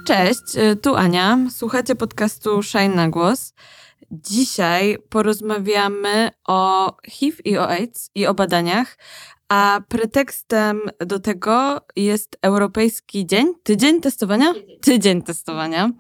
Cześć, tu Ania. Słuchacie podcastu Shine na głos. Dzisiaj porozmawiamy o HIV i o AIDS i o badaniach, a pretekstem do tego jest Europejski Tydzień Testowania? Tydzień Testowania.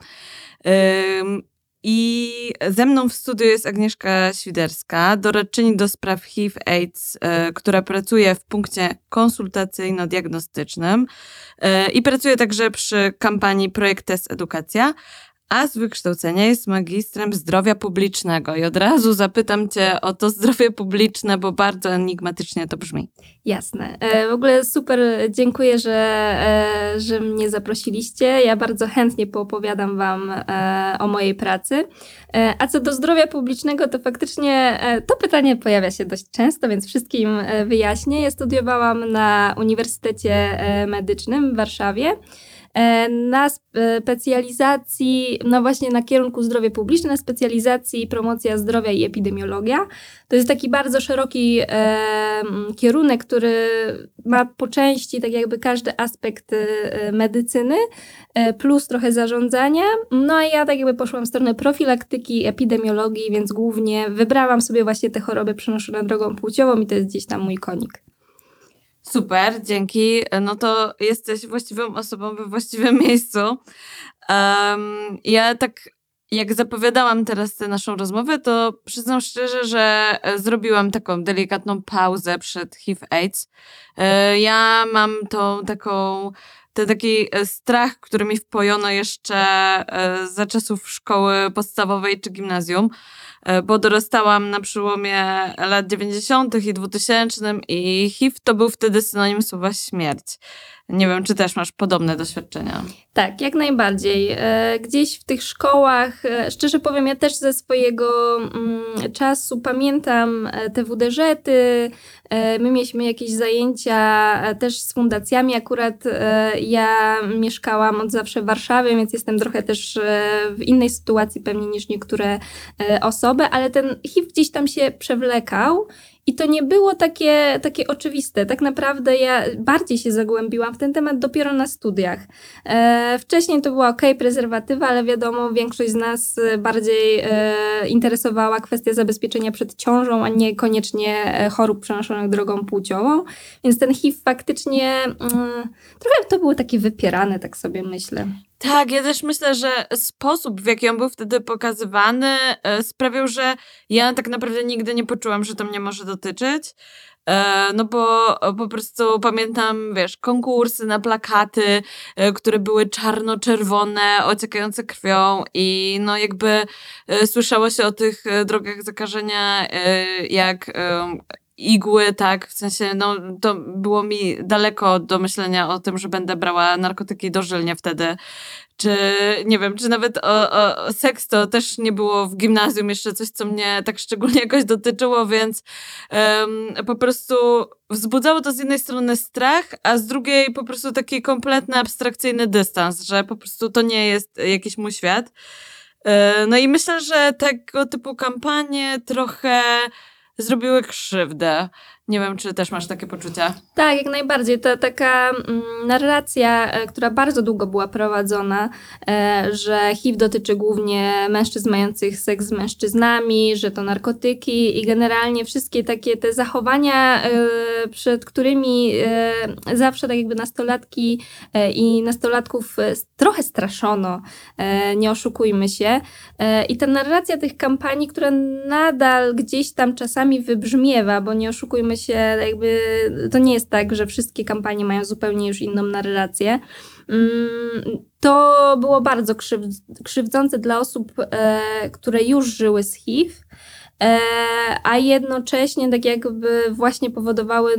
I ze mną w studiu jest Agnieszka Świderska, doradczyni do spraw HIV-AIDS, która pracuje w punkcie konsultacyjno-diagnostycznym i pracuje także przy kampanii Projekt Test Edukacja, a z wykształcenia jest magistrem zdrowia publicznego. I od razu zapytam cię o to zdrowie publiczne, bo bardzo enigmatycznie to brzmi. Jasne. W ogóle super, dziękuję, że mnie zaprosiliście. Ja bardzo chętnie poopowiadam wam o mojej pracy. A co do zdrowia publicznego, to faktycznie to pytanie pojawia się dość często, więc wszystkim wyjaśnię. Ja studiowałam na Uniwersytecie Medycznym w Warszawie. Na specjalizacji, no właśnie na kierunku zdrowie publiczne, na specjalizacji promocja zdrowia i epidemiologia. To jest taki bardzo szeroki kierunek, który ma po części tak jakby każdy aspekt medycyny, plus trochę zarządzania. No i ja tak jakby poszłam w stronę profilaktyki, epidemiologii, więc głównie wybrałam sobie właśnie te choroby przenoszone drogą płciową i to jest gdzieś tam mój konik. Super, dzięki. No to jesteś właściwą osobą we właściwym miejscu. Ja tak jak zapowiadałam teraz tę naszą rozmowę, to przyznam szczerze, że zrobiłam taką delikatną pauzę przed HIV-AIDS. Ja mam taki strach, który mi wpojono jeszcze za czasów szkoły podstawowej czy gimnazjum, bo dorastałam na przełomie lat 90. i 2000 i HIV to był wtedy synonim słowa śmierć. Nie wiem, czy też masz podobne doświadczenia? Tak, jak najbardziej. Gdzieś w tych szkołach, szczerze powiem, ja też ze swojego czasu pamiętam te WDŻ-y. My mieliśmy jakieś zajęcia też z fundacjami. Akurat ja mieszkałam od zawsze w Warszawie, więc jestem trochę też w innej sytuacji pewnie niż niektóre osoby, ale ten HIV gdzieś tam się przewlekał. I to nie było takie oczywiste. Tak naprawdę ja bardziej się zagłębiłam w ten temat dopiero na studiach. Wcześniej to była prezerwatywa, ale wiadomo, większość z nas bardziej interesowała kwestia zabezpieczenia przed ciążą, a nie koniecznie chorób przenoszonych drogą płciową. Więc ten HIV faktycznie trochę to było takie wypierane, tak sobie myślę. Tak, ja też myślę, że sposób, w jaki on był wtedy pokazywany, sprawiał, że ja tak naprawdę nigdy nie poczułam, że to mnie może dotyczyć. No bo po prostu pamiętam, konkursy na plakaty, które były czarno-czerwone, ociekające krwią i no jakby słyszało się o tych drogach zakażenia jak igły, tak, w sensie, no to było mi daleko do myślenia o tym, że będę brała narkotyki dożylnie wtedy, czy nie wiem, czy nawet o seks to też nie było w gimnazjum jeszcze coś, co mnie tak szczególnie jakoś dotyczyło, więc po prostu wzbudzało to z jednej strony strach, a z drugiej po prostu taki kompletny abstrakcyjny dystans, że po prostu to nie jest jakiś mój świat. No i myślę, że tego typu kampanie trochę zrobiły krzywdę. Nie wiem, czy też masz takie poczucia? Tak, jak najbardziej. To taka narracja, która bardzo długo była prowadzona, że HIV dotyczy głównie mężczyzn mających seks z mężczyznami, że to narkotyki i generalnie wszystkie takie te zachowania, przed którymi zawsze tak jakby nastolatki i nastolatków trochę straszono, nie oszukujmy się. I ta narracja tych kampanii, która nadal gdzieś tam czasami wybrzmiewa, bo nie oszukujmy się, jakby to nie jest tak, że wszystkie kampanie mają zupełnie już inną narrację. To było bardzo krzywdzące dla osób, które już żyły z HIV, a jednocześnie tak jakby właśnie powodowały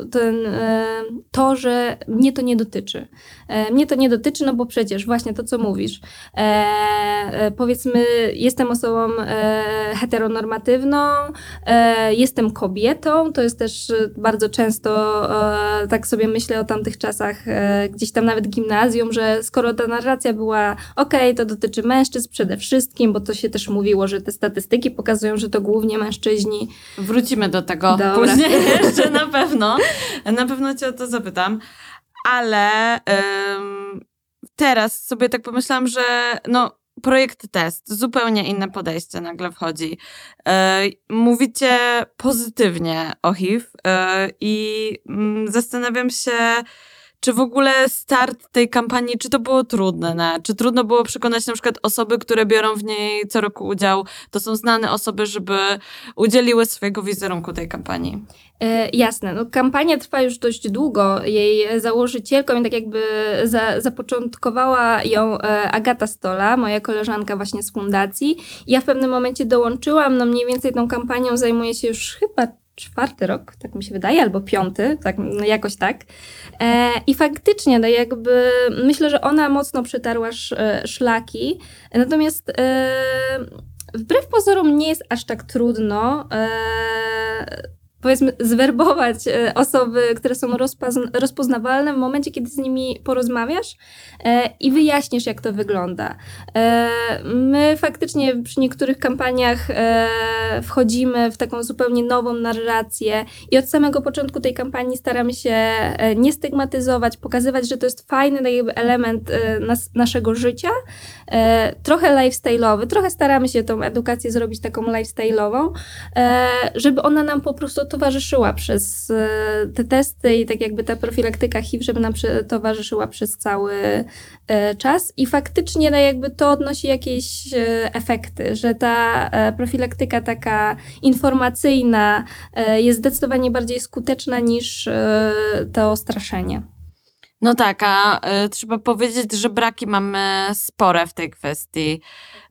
to, że mnie to nie dotyczy. Mnie to nie dotyczy, no bo przecież właśnie to, co mówisz. Powiedzmy, jestem osobą heteronormatywną, jestem kobietą, to jest też bardzo często, tak sobie myślę o tamtych czasach, gdzieś tam nawet gimnazjum, że skoro ta narracja była to dotyczy mężczyzn przede wszystkim, bo to się też mówiło, że te statystyki pokazują, że to głównie mężczyźni. Wrócimy do tego później jeszcze na pewno. Na pewno cię o to zapytam. Ale teraz sobie tak pomyślałam, że projekt test, zupełnie inne podejście nagle wchodzi. Mówicie pozytywnie o HIV i zastanawiam się, czy w ogóle start tej kampanii, czy to było trudne? Czy trudno było przekonać na przykład osoby, które biorą w niej co roku udział, to są znane osoby, żeby udzieliły swojego wizerunku tej kampanii? Jasne, kampania trwa już dość długo. Jej założycielką i tak jakby zapoczątkowała ją Agata Stola, moja koleżanka właśnie z fundacji. Ja w pewnym momencie dołączyłam, mniej więcej tą kampanią zajmuję się już chyba 4. rok, tak mi się wydaje, albo 5, tak, jakoś tak. I faktycznie, jakby myślę, że ona mocno przetarła szlaki, natomiast wbrew pozorom nie jest aż tak trudno powiedzmy zwerbować osoby, które są rozpoznawalne w momencie, kiedy z nimi porozmawiasz i wyjaśnisz, jak to wygląda. My faktycznie przy niektórych kampaniach wchodzimy w taką zupełnie nową narrację i od samego początku tej kampanii staramy się nie stygmatyzować, pokazywać, że to jest fajny tak jakby element naszego życia, trochę lifestyle'owy, trochę staramy się tą edukację zrobić taką lifestyle'ową, żeby ona nam po prostu towarzyszyła przez te testy i tak jakby ta profilaktyka HIV, żeby nam towarzyszyła przez cały czas i faktycznie jakby to odnosi jakieś efekty, że ta profilaktyka taka informacyjna jest zdecydowanie bardziej skuteczna niż to straszenie. No tak, a trzeba powiedzieć, że braki mamy spore w tej kwestii.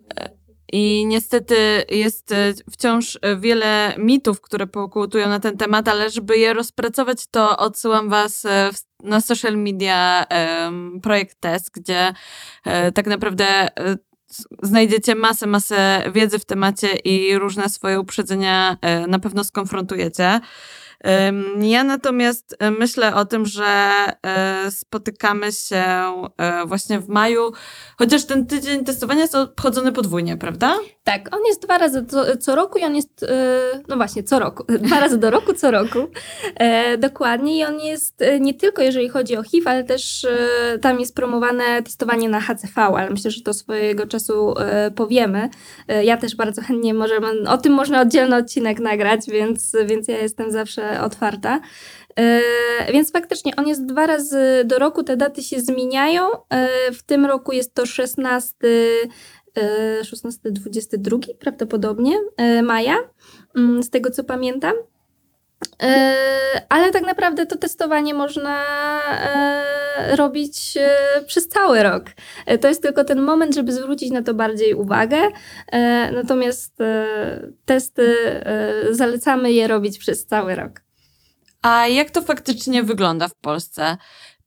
I niestety jest wciąż wiele mitów, które pokutują na ten temat, ale żeby je rozpracować, to odsyłam was na social media projekt test, gdzie tak naprawdę znajdziecie masę wiedzy w temacie i różne swoje uprzedzenia na pewno skonfrontujecie. Ja natomiast myślę o tym, że spotykamy się właśnie w maju, chociaż ten tydzień testowania jest obchodzony podwójnie, prawda? Tak, on jest 2 razy co roku i on jest, co roku, 2 razy do roku, co roku, dokładnie i on jest nie tylko jeżeli chodzi o HIV, ale też tam jest promowane testowanie na HCV, ale myślę, że to swojego czasu powiemy. Ja też bardzo chętnie o tym można oddzielny odcinek nagrać, więc ja jestem zawsze otwarta. Więc faktycznie on jest 2 razy do roku, te daty się zmieniają. W tym roku jest to 16-22 prawdopodobnie maja, z tego co pamiętam. Ale tak naprawdę to testowanie można robić przez cały rok. To jest tylko ten moment, żeby zwrócić na to bardziej uwagę. Natomiast testy zalecamy je robić przez cały rok. A jak to faktycznie wygląda w Polsce?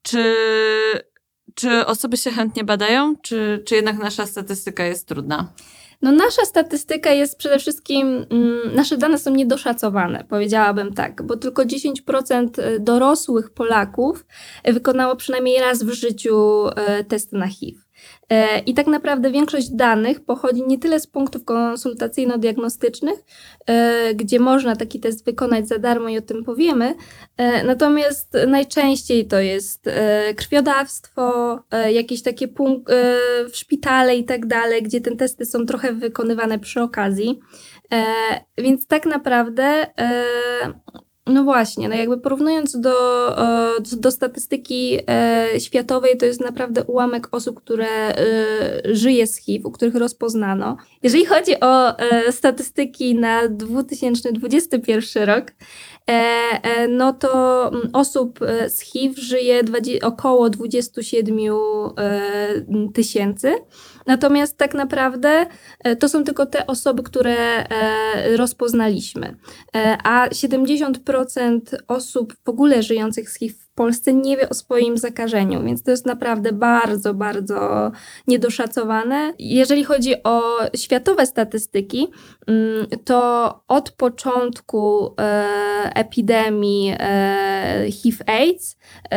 Czy osoby się chętnie badają, czy jednak nasza statystyka jest trudna? Nasza statystyka jest przede wszystkim, nasze dane są niedoszacowane, powiedziałabym tak, bo tylko 10% dorosłych Polaków wykonało przynajmniej raz w życiu test na HIV. I tak naprawdę większość danych pochodzi nie tyle z punktów konsultacyjno-diagnostycznych, gdzie można taki test wykonać za darmo i o tym powiemy, natomiast najczęściej to jest krwiodawstwo, jakieś takie w szpitale i tak dalej, gdzie te testy są trochę wykonywane przy okazji, więc tak naprawdę no właśnie, jakby porównując do statystyki światowej, to jest naprawdę ułamek osób, które żyje z HIV, u których rozpoznano. Jeżeli chodzi o statystyki na 2021 rok, no to osób z HIV żyje około 27 tysięcy. Natomiast tak naprawdę to są tylko te osoby, które rozpoznaliśmy. A 70% osób w ogóle żyjących z HIV w Polsce nie wie o swoim zakażeniu, więc to jest naprawdę bardzo, bardzo niedoszacowane. Jeżeli chodzi o światowe statystyki, to od początku epidemii HIV-AIDS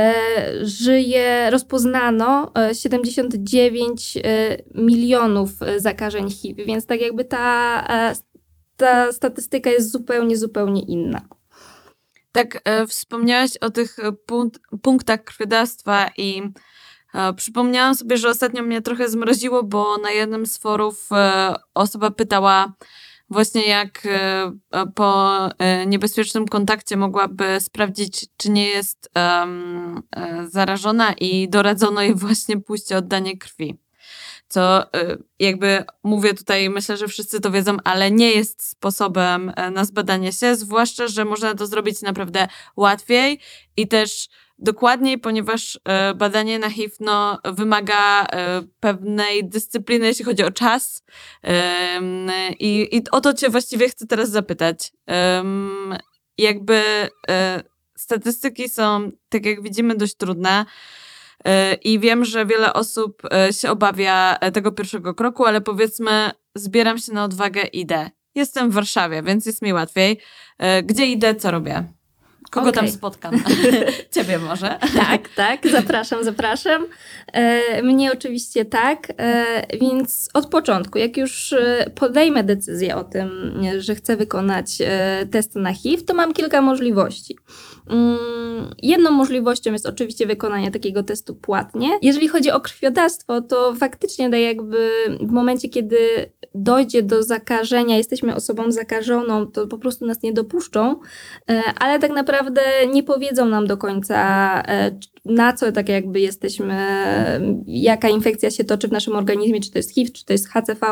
rozpoznano 79 milionów zakażeń HIV, więc tak jakby ta statystyka jest zupełnie inna. Tak, wspomniałaś o tych punktach krwiodawstwa i Przypomniałam sobie, że ostatnio mnie trochę zmroziło, bo na jednym z forów osoba pytała właśnie jak po niebezpiecznym kontakcie mogłaby sprawdzić, czy nie jest zarażona i doradzono jej właśnie pójście oddanie krwi. Co jakby mówię tutaj, myślę, że wszyscy to wiedzą, ale nie jest sposobem na zbadanie się, zwłaszcza, że można to zrobić naprawdę łatwiej i też dokładniej, ponieważ badanie na HIV wymaga pewnej dyscypliny, jeśli chodzi o czas. I o to cię właściwie chcę teraz zapytać. Jakby statystyki są, tak jak widzimy, dość trudne. I wiem, że wiele osób się obawia tego pierwszego kroku, ale powiedzmy, zbieram się na odwagę, idę. Jestem w Warszawie, więc jest mi łatwiej. Gdzie idę, co robię? Kogo tam spotkam? Ciebie może? Tak, zapraszam. Mnie oczywiście tak, więc od początku, jak już podejmę decyzję o tym, że chcę wykonać test na HIV, to mam kilka możliwości. Jedną możliwością jest oczywiście wykonanie takiego testu płatnie. Jeżeli chodzi o krwiodawstwo, to faktycznie jakby w momencie, kiedy dojdzie do zakażenia, jesteśmy osobą zakażoną, to po prostu nas nie dopuszczą, ale tak naprawdę nie powiedzą nam do końca, na co tak jakby jesteśmy, jaka infekcja się toczy w naszym organizmie, czy to jest HIV, czy to jest HCV.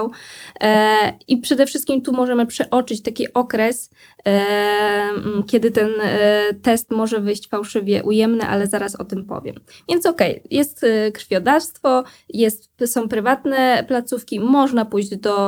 I przede wszystkim tu możemy przeoczyć taki okres, kiedy ten test może wyjść fałszywie ujemny, ale zaraz o tym powiem. Więc jest krwiodawstwo, są prywatne placówki, można pójść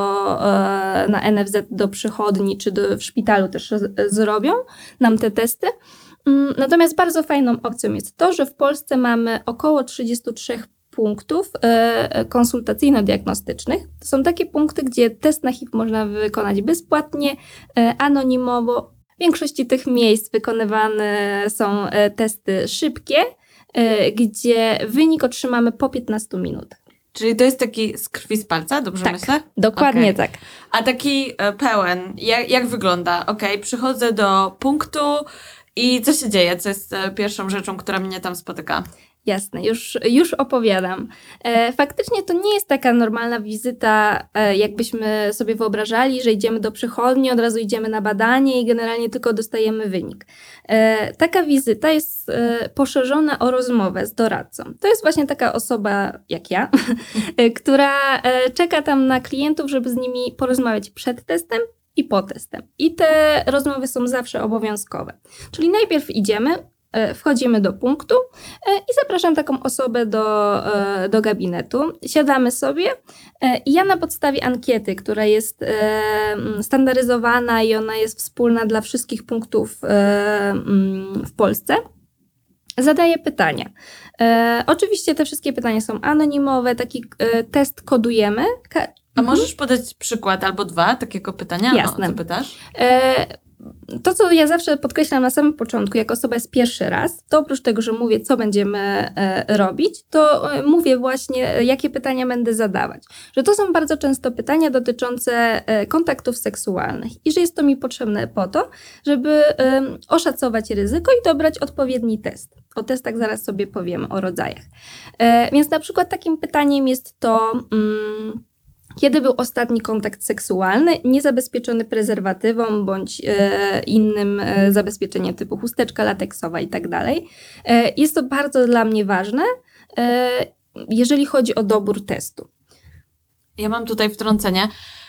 na NFZ, do przychodni, czy w szpitalu też zrobią nam te testy. Natomiast bardzo fajną opcją jest to, że w Polsce mamy około 33 punktów konsultacyjno-diagnostycznych. To są takie punkty, gdzie test na HIV można wykonać bezpłatnie, anonimowo. W większości tych miejsc wykonywane są testy szybkie, gdzie wynik otrzymamy po 15 minutach. Czyli to jest taki z krwi z palca, dobrze myślę? Dokładnie tak. A taki pełen, jak wygląda? Przychodzę do punktu i co się dzieje? Co jest pierwszą rzeczą, która mnie tam spotyka? Jasne, już opowiadam. Faktycznie to nie jest taka normalna wizyta, jakbyśmy sobie wyobrażali, że idziemy do przychodni, od razu idziemy na badanie i generalnie tylko dostajemy wynik. Taka wizyta jest poszerzona o rozmowę z doradcą. To jest właśnie taka osoba jak ja, która czeka tam na klientów, żeby z nimi porozmawiać przed testem i po testem. I te rozmowy są zawsze obowiązkowe. Czyli najpierw wchodzimy do punktu i zapraszam taką osobę do gabinetu. Siadamy sobie i ja na podstawie ankiety, która jest standaryzowana i ona jest wspólna dla wszystkich punktów w Polsce, zadaję pytania. Oczywiście te wszystkie pytania są anonimowe, taki test kodujemy. A możesz podać przykład albo dwa takiego pytania? Jasne. O co pytasz? To, co ja zawsze podkreślam na samym początku, jak osoba jest pierwszy raz, to oprócz tego, że mówię, co będziemy robić, to mówię właśnie, jakie pytania będę zadawać. Że to są bardzo często pytania dotyczące kontaktów seksualnych i że jest to mi potrzebne po to, żeby oszacować ryzyko i dobrać odpowiedni test. O testach zaraz sobie powiemy, o rodzajach. Więc na przykład takim pytaniem jest to... Kiedy był ostatni kontakt seksualny, niezabezpieczony prezerwatywą bądź innym zabezpieczeniem typu chusteczka lateksowa i tak dalej. Jest to bardzo dla mnie ważne, jeżeli chodzi o dobór testu. Ja mam tutaj wtrącenie,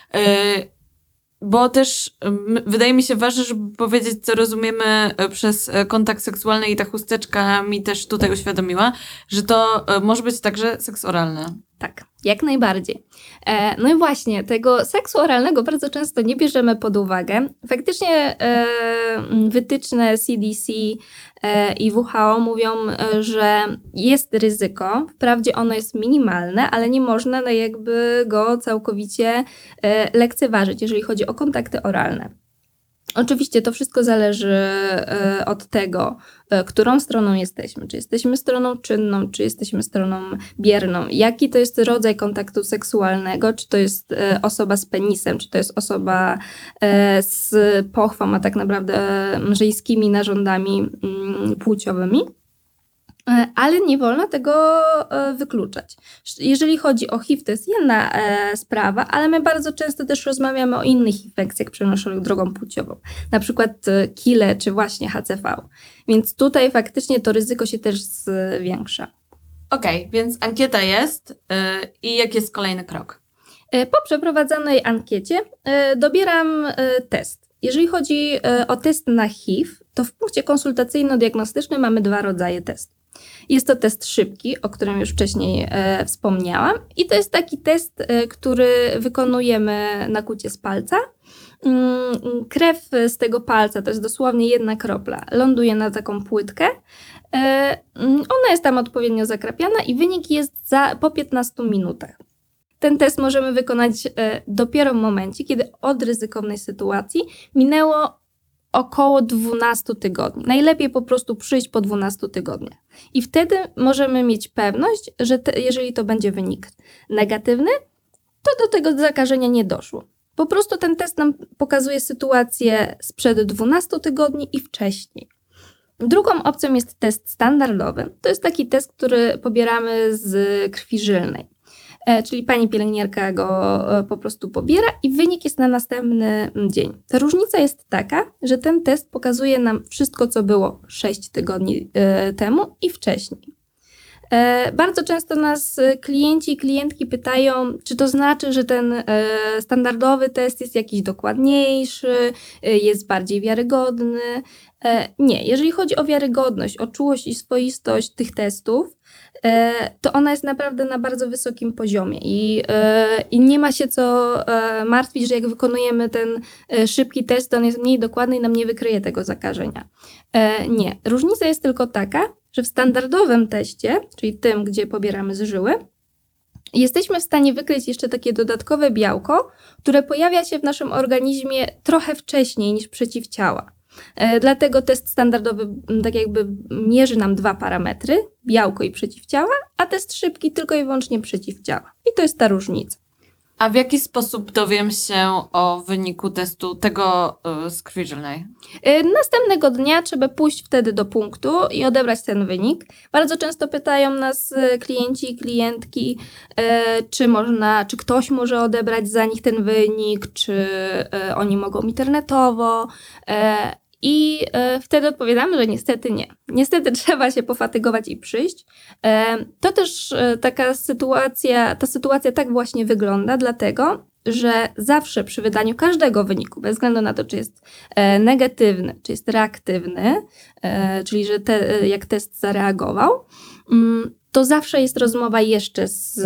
bo też wydaje mi się ważne, żeby powiedzieć, co rozumiemy przez kontakt seksualny i ta chusteczka mi też tutaj uświadomiła, że to może być także seks oralny. Tak, jak najbardziej. No i właśnie, tego seksu oralnego bardzo często nie bierzemy pod uwagę. Faktycznie wytyczne CDC i WHO mówią, że jest ryzyko. Wprawdzie ono jest minimalne, ale nie można jakby go całkowicie lekceważyć, jeżeli chodzi o kontakty oralne. Oczywiście to wszystko zależy od tego, którą stroną jesteśmy. Czy jesteśmy stroną czynną, czy jesteśmy stroną bierną. Jaki to jest rodzaj kontaktu seksualnego, czy to jest osoba z penisem, czy to jest osoba z pochwą, a tak naprawdę żeńskimi narządami płciowymi. Ale nie wolno tego wykluczać. Jeżeli chodzi o HIV, to jest jedna sprawa, ale my bardzo często też rozmawiamy o innych infekcjach przenoszonych drogą płciową, na przykład kile czy właśnie HCV. Więc tutaj faktycznie to ryzyko się też zwiększa. Okej, więc ankieta jest i jaki jest kolejny krok? Po przeprowadzonej ankiecie dobieram test. Jeżeli chodzi o test na HIV, to w punkcie konsultacyjno-diagnostycznym mamy 2 rodzaje testów. Jest to test szybki, o którym już wcześniej wspomniałam, i to jest taki test, który wykonujemy na kucie z palca. Krew z tego palca, to jest dosłownie 1 kropla, ląduje na taką płytkę. Ona jest tam odpowiednio zakrapiana i wynik jest po 15 minutach. Ten test możemy wykonać dopiero w momencie, kiedy od ryzykownej sytuacji minęło około 12 tygodni. Najlepiej po prostu przyjść po 12 tygodniach. I wtedy możemy mieć pewność, że jeżeli to będzie wynik negatywny, to do tego zakażenia nie doszło. Po prostu ten test nam pokazuje sytuację sprzed 12 tygodni i wcześniej. Drugą opcją jest test standardowy. To jest taki test, który pobieramy z krwi żylnej. Czyli pani pielęgniarka go po prostu pobiera i wynik jest na następny dzień. Ta różnica jest taka, że ten test pokazuje nam wszystko, co było 6 tygodni temu i wcześniej. Bardzo często nas klienci i klientki pytają, czy to znaczy, że ten standardowy test jest jakiś dokładniejszy, jest bardziej wiarygodny. Nie, jeżeli chodzi o wiarygodność, o czułość i swoistość tych testów, to ona jest naprawdę na bardzo wysokim poziomie i nie ma się co martwić, że jak wykonujemy ten szybki test, to on jest mniej dokładny i nam nie wykryje tego zakażenia. Nie, różnica jest tylko taka, że w standardowym teście, czyli tym, gdzie pobieramy z żyły, jesteśmy w stanie wykryć jeszcze takie dodatkowe białko, które pojawia się w naszym organizmie trochę wcześniej niż przeciwciała. Dlatego test standardowy tak jakby mierzy nam 2 parametry, białko i przeciwciała, a test szybki tylko i wyłącznie przeciwciała. I to jest ta różnica. A w jaki sposób dowiem się o wyniku testu tego z krwi żylnej? Następnego dnia trzeba pójść wtedy do punktu i odebrać ten wynik. Bardzo często pytają nas klienci i klientki, czy ktoś może odebrać za nich ten wynik, czy oni mogą internetowo. I wtedy odpowiadamy, że niestety nie. Niestety trzeba się pofatygować i przyjść. To też ta sytuacja tak właśnie wygląda, dlatego, że zawsze przy wydaniu każdego wyniku, bez względu na to, czy jest negatywny, czy jest reaktywny, czyli że jak test zareagował, to zawsze jest rozmowa jeszcze z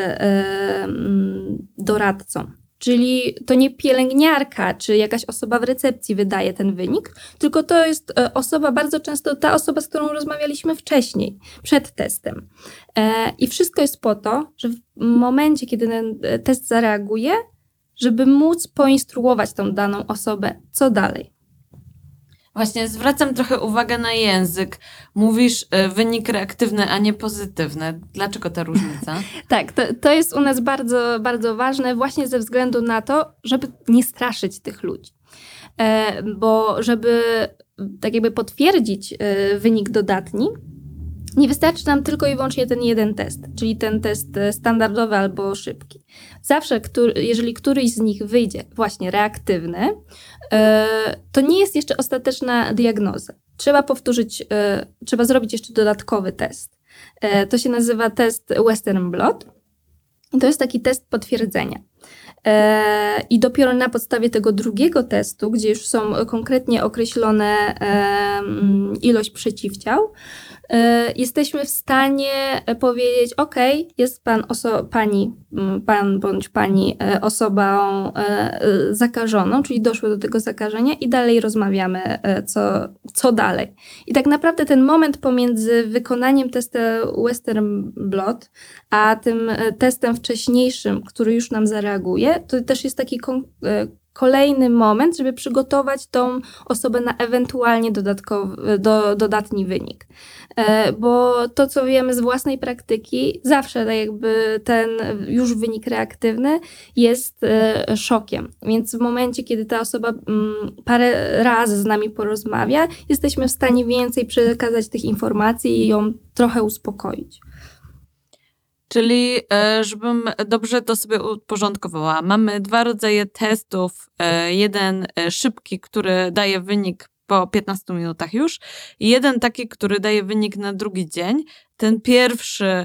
doradcą. Czyli to nie pielęgniarka czy jakaś osoba w recepcji wydaje ten wynik, tylko to jest bardzo często ta osoba, z którą rozmawialiśmy wcześniej, przed testem. I wszystko jest po to, że w momencie, kiedy ten test zareaguje, żeby móc poinstruować tą daną osobę, co dalej. Właśnie zwracam trochę uwagę na język. Mówisz wynik reaktywny, a nie pozytywny. Dlaczego ta różnica? Tak, to jest u nas bardzo, bardzo ważne właśnie ze względu na to, żeby nie straszyć tych ludzi. Bo żeby tak jakby potwierdzić wynik dodatni, nie wystarczy nam tylko i wyłącznie ten jeden test, czyli ten test standardowy albo szybki. Zawsze, jeżeli któryś z nich wyjdzie właśnie reaktywny, to nie jest jeszcze ostateczna diagnoza. Trzeba zrobić jeszcze dodatkowy test. To się nazywa test Western Blot. I to jest taki test potwierdzenia. I dopiero na podstawie tego drugiego testu, gdzie już są konkretnie określone ilość przeciwciał, jesteśmy w stanie powiedzieć, ok, jest pan bądź pani osobą zakażoną, czyli doszło do tego zakażenia i dalej rozmawiamy, co dalej. I tak naprawdę ten moment pomiędzy wykonaniem testu Western Blot, a tym testem wcześniejszym, który już nam zareaguje, to też jest taki kolejny moment, żeby przygotować tą osobę na ewentualnie dodatni wynik. Bo to, co wiemy z własnej praktyki, zawsze tak jakby ten już wynik reaktywny jest szokiem. Więc w momencie, kiedy ta osoba parę razy z nami porozmawia, jesteśmy w stanie więcej przekazać tych informacji i ją trochę uspokoić. Czyli, żebym dobrze to sobie uporządkowała, mamy 2 rodzaje testów. Jeden szybki, który daje wynik po 15 minutach już, i jeden taki, który daje wynik na drugi dzień. Ten pierwszy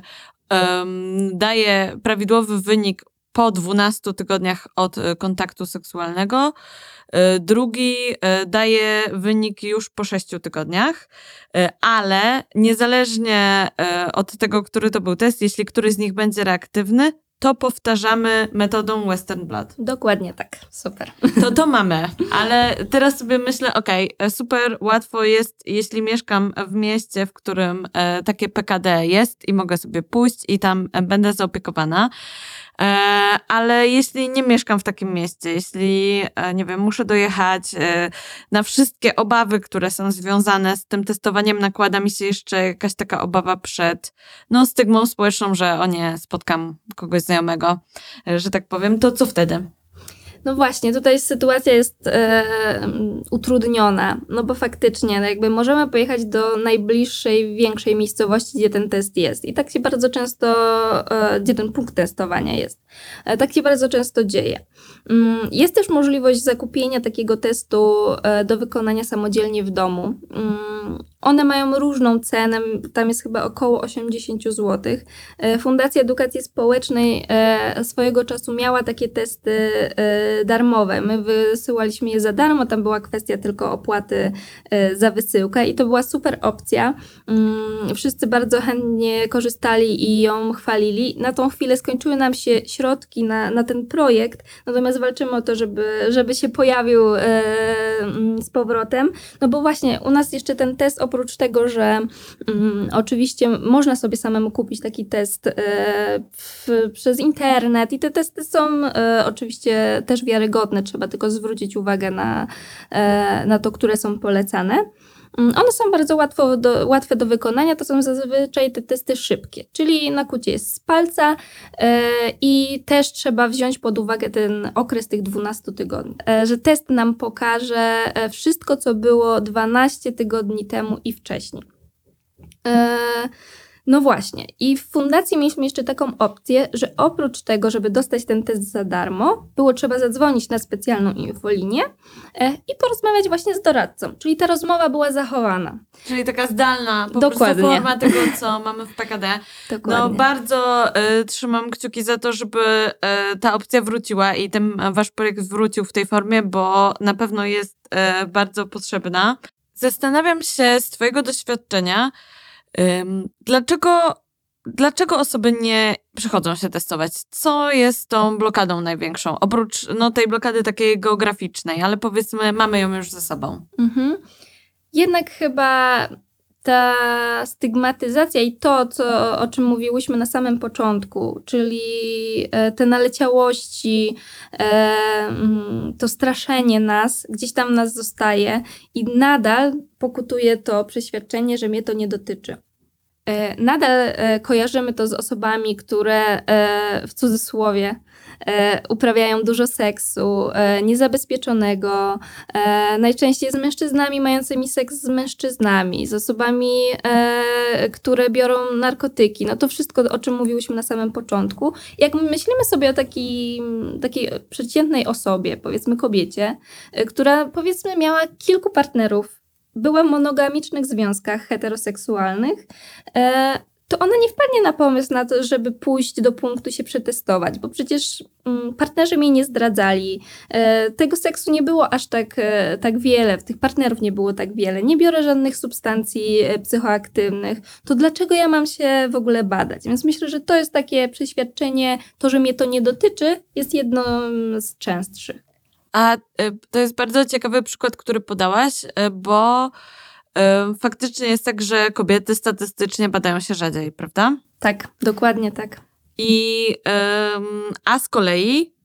daje prawidłowy wynik po 12 tygodniach od kontaktu seksualnego. Drugi daje wynik już po 6 tygodniach, ale niezależnie od tego, który to był test, jeśli któryś z nich będzie reaktywny, to powtarzamy metodą Western Blot. Dokładnie tak. Super. To mamy, ale teraz sobie myślę, super łatwo jest, jeśli mieszkam w mieście, w którym takie PKD jest i mogę sobie pójść i tam będę zaopiekowana. Ale jeśli nie mieszkam w takim mieście, jeśli, nie wiem, muszę dojechać na wszystkie obawy, które są związane z tym testowaniem, nakłada mi się jeszcze jakaś taka obawa przed stygmą społeczną, że spotkam kogoś znajomego, że tak powiem, to co wtedy? No właśnie, tutaj sytuacja jest utrudniona, no bo faktycznie jakby możemy pojechać do najbliższej, większej miejscowości, gdzie ten test jest i tak się bardzo często, gdzie ten punkt testowania jest. Tak się bardzo często dzieje. Jest też możliwość zakupienia takiego testu do wykonania samodzielnie w domu. One mają różną cenę, tam jest chyba około 80 zł. Fundacja Edukacji Społecznej swojego czasu miała takie testy darmowe. My wysyłaliśmy je za darmo, tam była kwestia tylko opłaty za wysyłkę i to była super opcja. Wszyscy bardzo chętnie korzystali i ją chwalili. Na tą chwilę skończyły nam się środki na ten projekt, natomiast walczymy o to, żeby się pojawił z powrotem, no bo właśnie u nas jeszcze ten test, oprócz tego, że oczywiście można sobie samemu kupić taki test przez internet i te testy są oczywiście też wiarygodne, trzeba tylko zwrócić uwagę na to, które są polecane. One są bardzo łatwe do wykonania, to są zazwyczaj te testy szybkie, czyli nakucie jest z palca i też trzeba wziąć pod uwagę ten okres tych 12 tygodni, że test nam pokaże wszystko, co było 12 tygodni temu i wcześniej. No właśnie. I w fundacji mieliśmy jeszcze taką opcję, że oprócz tego, żeby dostać ten test za darmo, było trzeba zadzwonić na specjalną infolinię i porozmawiać właśnie z doradcą. Czyli ta rozmowa była zachowana. Czyli taka zdalna, po Dokładnie. prostu forma tego, co mamy w PKD. Dokładnie. No bardzo trzymam kciuki za to, żeby ta opcja wróciła i ten wasz projekt wrócił w tej formie, bo na pewno jest bardzo potrzebna. Zastanawiam się z twojego doświadczenia, dlaczego osoby nie przychodzą się testować? Co jest tą blokadą największą? Oprócz tej blokady takiej geograficznej, ale powiedzmy, mamy ją już ze sobą. Jednak chyba ta stygmatyzacja i to, o czym mówiłyśmy na samym początku, czyli te naleciałości, to straszenie nas, gdzieś tam nas zostaje i nadal pokutuje to przeświadczenie, że mnie to nie dotyczy. Nadal kojarzymy to z osobami, które w cudzysłowie uprawiają dużo seksu, niezabezpieczonego, najczęściej z mężczyznami mającymi seks z mężczyznami, z osobami, które biorą narkotyki. No to wszystko, o czym mówiłyśmy na samym początku. Jak myślimy sobie o takiej przeciętnej osobie, powiedzmy kobiecie, która powiedzmy miała kilku partnerów, była w monogamicznych związkach heteroseksualnych, to ona nie wpadnie na pomysł na to, żeby pójść do punktu się przetestować, bo przecież partnerzy mnie nie zdradzali, tego seksu nie było aż tak wiele, tych partnerów nie było tak wiele, nie biorę żadnych substancji psychoaktywnych, to dlaczego ja mam się w ogóle badać? Więc myślę, że to jest takie przeświadczenie, to, że mnie to nie dotyczy, jest jedno z częstszych. A to jest bardzo ciekawy przykład, który podałaś, bo faktycznie jest tak, że kobiety statystycznie badają się rzadziej, prawda? Tak, dokładnie tak. A z kolei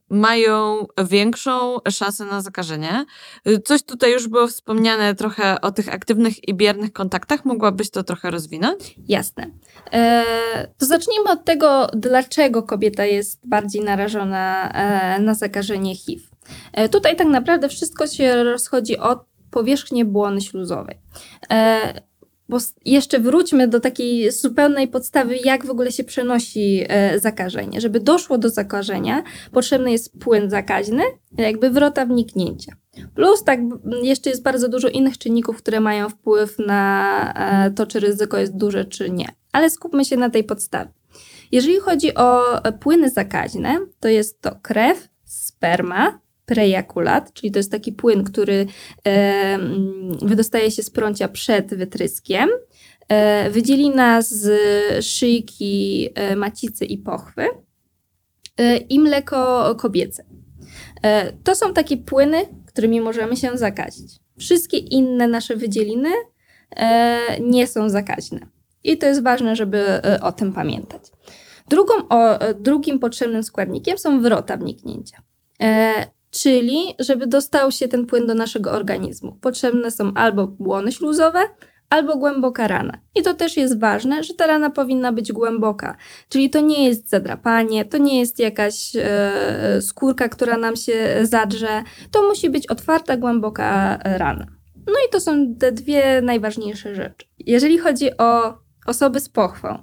mają większą szansę na zakażenie. Coś tutaj już było wspomniane trochę o tych aktywnych i biernych kontaktach. Mogłabyś to trochę rozwinąć? Jasne. To zacznijmy od tego, dlaczego kobieta jest bardziej narażona na zakażenie HIV. Tutaj tak naprawdę wszystko się rozchodzi o powierzchnię błony śluzowej. Bo jeszcze wróćmy do takiej zupełnej podstawy, jak w ogóle się przenosi zakażenie. Żeby doszło do zakażenia, potrzebny jest płyn zakaźny, jakby wrota wniknięcia. Plus tak jeszcze jest bardzo dużo innych czynników, które mają wpływ na to, czy ryzyko jest duże, czy nie. Ale skupmy się na tej podstawie. Jeżeli chodzi o płyny zakaźne, to jest to krew, sperma, prejakulat, czyli to jest taki płyn, który wydostaje się z prącia przed wytryskiem, wydzielina z szyjki macicy i pochwy i mleko kobiece. To są takie płyny, którymi możemy się zakazić. Wszystkie inne nasze wydzieliny nie są zakaźne. I to jest ważne, żeby o tym pamiętać. Drugim potrzebnym składnikiem są wrota wniknięcia. Czyli, żeby dostał się ten płyn do naszego organizmu, potrzebne są albo błony śluzowe, albo głęboka rana. I to też jest ważne, że ta rana powinna być głęboka. Czyli to nie jest zadrapanie, to nie jest jakaś skórka, która nam się zadrze. To musi być otwarta, głęboka rana. No i to są te dwie najważniejsze rzeczy. Jeżeli chodzi o osoby z pochwą,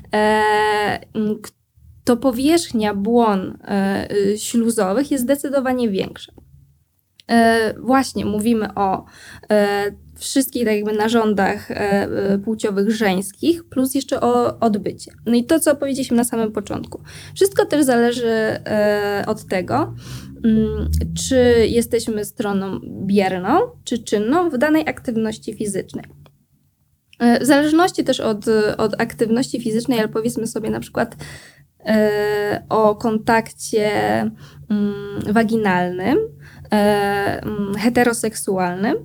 to powierzchnia błon śluzowych jest zdecydowanie większa. Właśnie mówimy o wszystkich tak jakby narządach płciowych żeńskich, plus jeszcze o odbycie. No i to, co powiedzieliśmy na samym początku. Wszystko też zależy od tego, czy jesteśmy stroną bierną, czy czynną w danej aktywności fizycznej. W zależności też od aktywności fizycznej, ale powiedzmy sobie na przykład o kontakcie waginalnym, heteroseksualnym,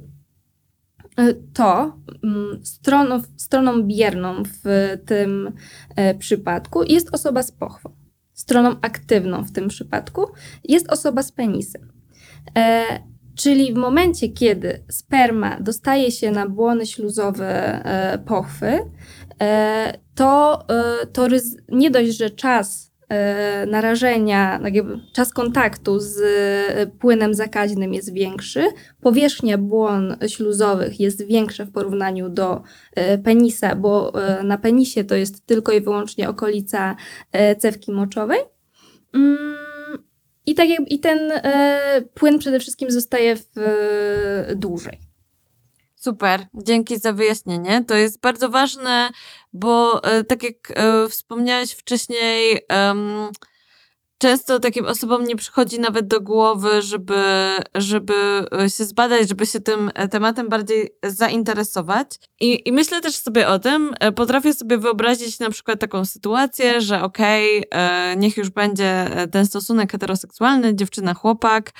to stroną bierną w tym przypadku jest osoba z pochwą. Stroną aktywną w tym przypadku jest osoba z penisem. Czyli w momencie, kiedy sperma dostaje się na błony śluzowe pochwy, to nie dość, że czas narażenia, czas kontaktu z płynem zakaźnym jest większy, powierzchnia błon śluzowych jest większa w porównaniu do penisa, bo na penisie to jest tylko i wyłącznie okolica cewki moczowej. I ten płyn przede wszystkim zostaje dłużej. Super, dzięki za wyjaśnienie. To jest bardzo ważne, bo tak jak wspomniałaś wcześniej, często takim osobom nie przychodzi nawet do głowy, żeby się zbadać, żeby się tym tematem bardziej zainteresować. I myślę też sobie o tym, potrafię sobie wyobrazić na przykład taką sytuację, że niech już będzie ten stosunek heteroseksualny, dziewczyna, chłopak,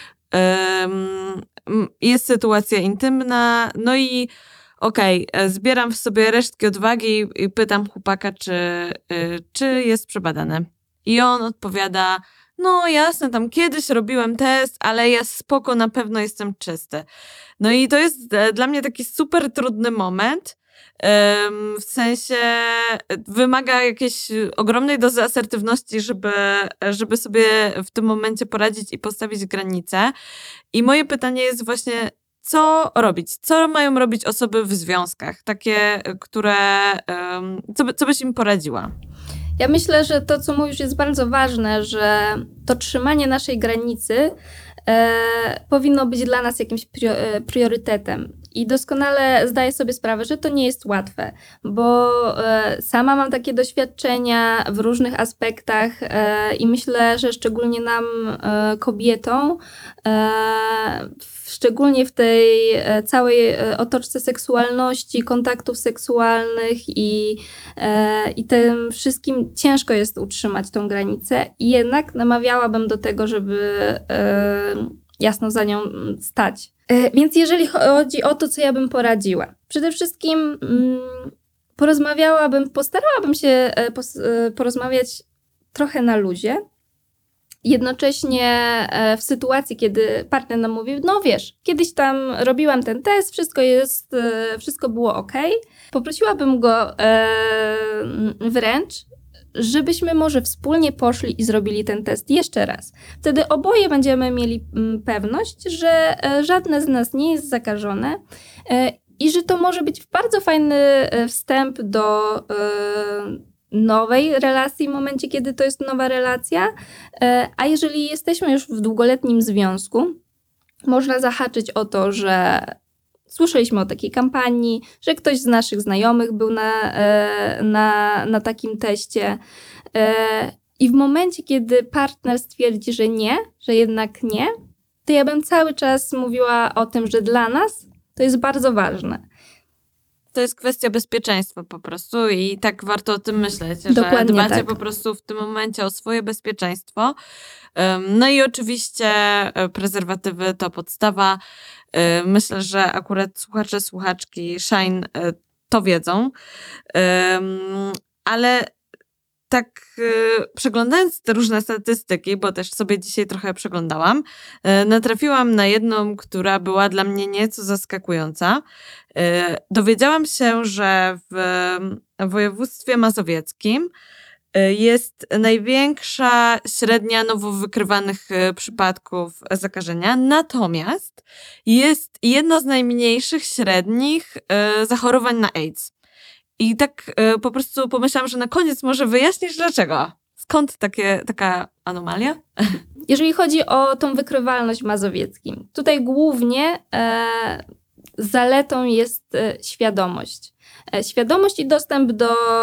jest sytuacja intymna, no i zbieram w sobie resztki odwagi i pytam chłopaka, czy jest przebadany. I on odpowiada, no jasne, tam kiedyś robiłem test, ale ja spoko, na pewno jestem czysty. No i to jest dla mnie taki super trudny moment, w sensie wymaga jakiejś ogromnej dozy asertywności, żeby sobie w tym momencie poradzić i postawić granice. I moje pytanie jest właśnie, co robić? Co mają robić osoby w związkach? Takie, które... Co byś im poradziła? Ja myślę, że to, co mówisz, jest bardzo ważne, że to trzymanie naszej granicy powinno być dla nas jakimś priorytetem. I doskonale zdaję sobie sprawę, że to nie jest łatwe, bo sama mam takie doświadczenia w różnych aspektach i myślę, że szczególnie nam, kobietom, szczególnie w tej całej otoczce seksualności, kontaktów seksualnych i tym wszystkim ciężko jest utrzymać tą granicę. I jednak namawiałabym do tego, żeby jasno za nią stać. Więc jeżeli chodzi o to, co ja bym poradziła, przede wszystkim postarałabym się porozmawiać trochę na luzie, jednocześnie w sytuacji, kiedy partner nam mówi, no wiesz, kiedyś tam robiłam ten test, wszystko było okej. Poprosiłabym go wręcz, żebyśmy może wspólnie poszli i zrobili ten test jeszcze raz. Wtedy oboje będziemy mieli pewność, że żadne z nas nie jest zakażone i że to może być bardzo fajny wstęp do nowej relacji w momencie, kiedy to jest nowa relacja. A jeżeli jesteśmy już w długoletnim związku, można zahaczyć o to, że słyszeliśmy o takiej kampanii, że ktoś z naszych znajomych był na takim teście i w momencie, kiedy partner stwierdzi, że nie, że jednak nie, to ja bym cały czas mówiła o tym, że dla nas to jest bardzo ważne. To jest kwestia bezpieczeństwa po prostu i tak warto o tym myśleć, Dokładnie że dbacie tak. po prostu w tym momencie o swoje bezpieczeństwo. No i oczywiście prezerwatywy to podstawa. Myślę, że akurat słuchacze, słuchaczki Shine to wiedzą, ale tak przeglądając te różne statystyki, bo też sobie dzisiaj trochę przeglądałam, natrafiłam na jedną, która była dla mnie nieco zaskakująca. Dowiedziałam się, że w województwie mazowieckim jest największa średnia nowo wykrywanych przypadków zakażenia, natomiast jest jedna z najmniejszych średnich zachorowań na AIDS. I tak po prostu pomyślałam, że na koniec może wyjaśnisz dlaczego. Skąd taka anomalia? Jeżeli chodzi o tą wykrywalność w mazowieckim, tutaj głównie zaletą jest świadomość. Świadomość i dostęp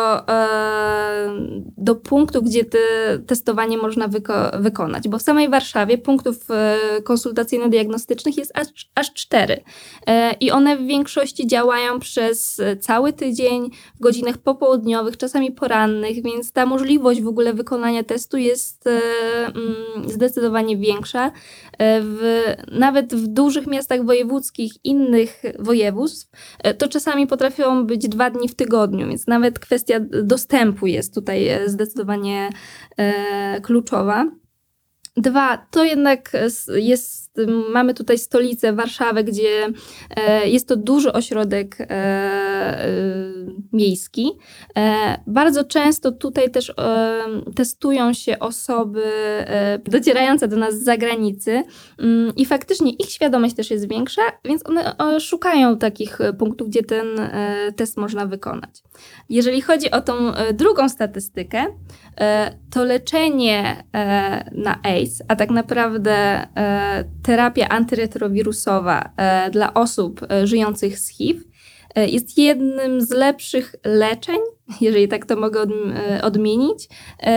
do punktu, gdzie testowanie można wykonać. Bo w samej Warszawie punktów konsultacyjno-diagnostycznych jest aż 4. I one w większości działają przez cały tydzień, w godzinach popołudniowych, czasami porannych, więc ta możliwość w ogóle wykonania testu jest zdecydowanie większa. Nawet w dużych miastach wojewódzkich innych województw to czasami potrafią być 2 dni w tygodniu, więc nawet kwestia dostępu jest tutaj zdecydowanie kluczowa. 2, to jednak mamy tutaj stolicę, Warszawę, gdzie jest to duży ośrodek miejski. Bardzo często tutaj też testują się osoby docierające do nas z zagranicy i faktycznie ich świadomość też jest większa, więc one szukają takich punktów, gdzie ten test można wykonać. Jeżeli chodzi o tą drugą statystykę, to leczenie na AIDS, a tak naprawdę terapia antyretrowirusowa dla osób żyjących z HIV jest jednym z lepszych leczeń, jeżeli tak to mogę odmienić,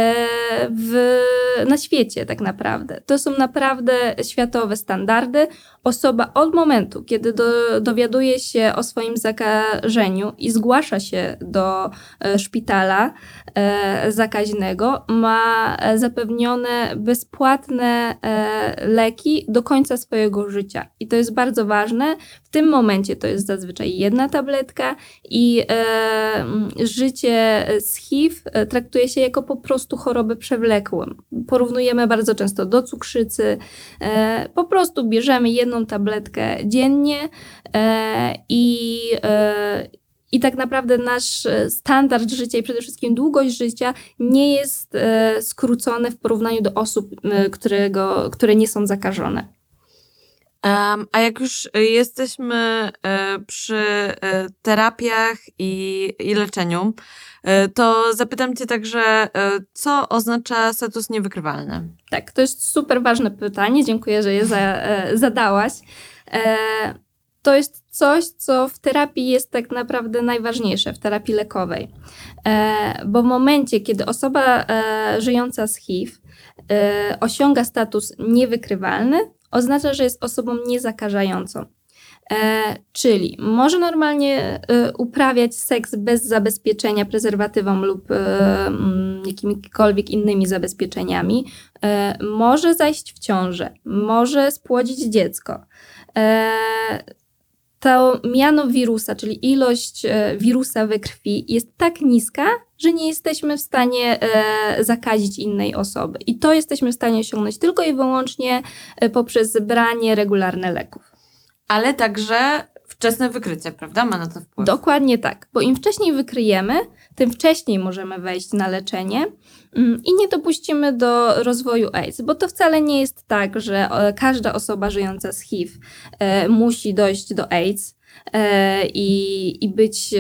na świecie tak naprawdę. To są naprawdę światowe standardy. Osoba od momentu, kiedy dowiaduje się o swoim zakażeniu i zgłasza się do szpitala zakaźnego, ma zapewnione bezpłatne leki do końca swojego życia. I to jest bardzo ważne. W tym momencie to jest zazwyczaj 1 tabletka i życie z HIV traktuje się jako po prostu chorobę przewlekłą. Porównujemy bardzo często do cukrzycy. Po prostu bierzemy 1 tabletkę dziennie i tak naprawdę nasz standard życia i przede wszystkim długość życia nie jest skrócony w porównaniu do osób, które nie są zakażone. A jak już jesteśmy przy terapiach i leczeniu, to zapytam cię także, co oznacza status niewykrywalny? Tak, to jest super ważne pytanie. Dziękuję, że je zadałaś. To jest coś, co w terapii jest tak naprawdę najważniejsze, w terapii lekowej. Bo w momencie, kiedy osoba żyjąca z HIV osiąga status niewykrywalny, oznacza, że jest osobą niezakażającą. Czyli może normalnie uprawiać seks bez zabezpieczenia prezerwatywą lub jakimikolwiek innymi zabezpieczeniami, może zajść w ciążę, może spłodzić dziecko. To miano wirusa, czyli ilość wirusa we krwi jest tak niska, że nie jesteśmy w stanie zakazić innej osoby. I to jesteśmy w stanie osiągnąć tylko i wyłącznie poprzez branie regularne leków. Ale także wczesne wykrycie, prawda? Ma na to wpływ. Dokładnie tak, bo im wcześniej wykryjemy, tym wcześniej możemy wejść na leczenie i nie dopuścimy do rozwoju AIDS, bo to wcale nie jest tak, że każda osoba żyjąca z HIV musi dojść do AIDS i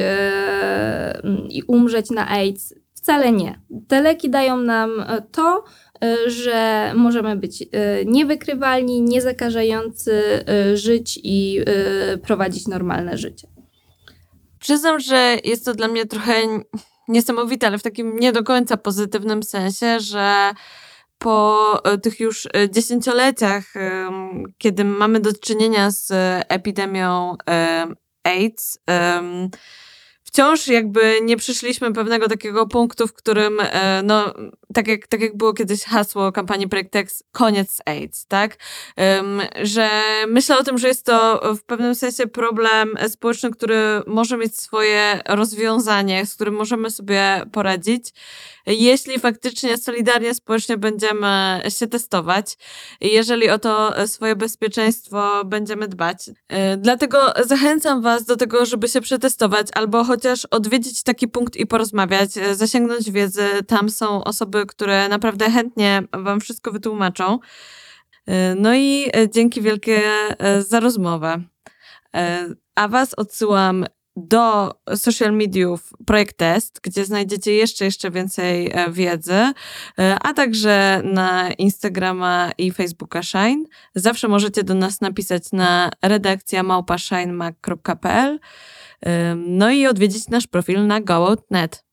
umrzeć na AIDS. Wcale nie. Te leki dają nam to, że możemy być niewykrywalni, niezakażający, żyć i prowadzić normalne życie. Przyznam, że jest to dla mnie trochę niesamowite, ale w takim nie do końca pozytywnym sensie, że po tych już dziesięcioleciach, kiedy mamy do czynienia z epidemią AIDS, wciąż jakby nie przyszliśmy pewnego takiego punktu, w którym, no, tak jak było kiedyś hasło kampanii Projekt X, koniec z AIDS, tak? Że myślę o tym, że jest to w pewnym sensie problem społeczny, który może mieć swoje rozwiązanie, z którym możemy sobie poradzić, jeśli faktycznie solidarnie, społecznie będziemy się testować, jeżeli o to swoje bezpieczeństwo będziemy dbać. Dlatego zachęcam was do tego, żeby się przetestować albo chociaż odwiedzić taki punkt i porozmawiać, zasięgnąć wiedzy. Tam są osoby, które naprawdę chętnie wam wszystko wytłumaczą. No i dzięki wielkie za rozmowę. A was odsyłam do social mediów Projekt Test, gdzie znajdziecie jeszcze więcej wiedzy, a także na Instagrama i Facebooka Shine. Zawsze możecie do nas napisać na redakcja@shinemag.pl, no i odwiedzić nasz profil na go.net.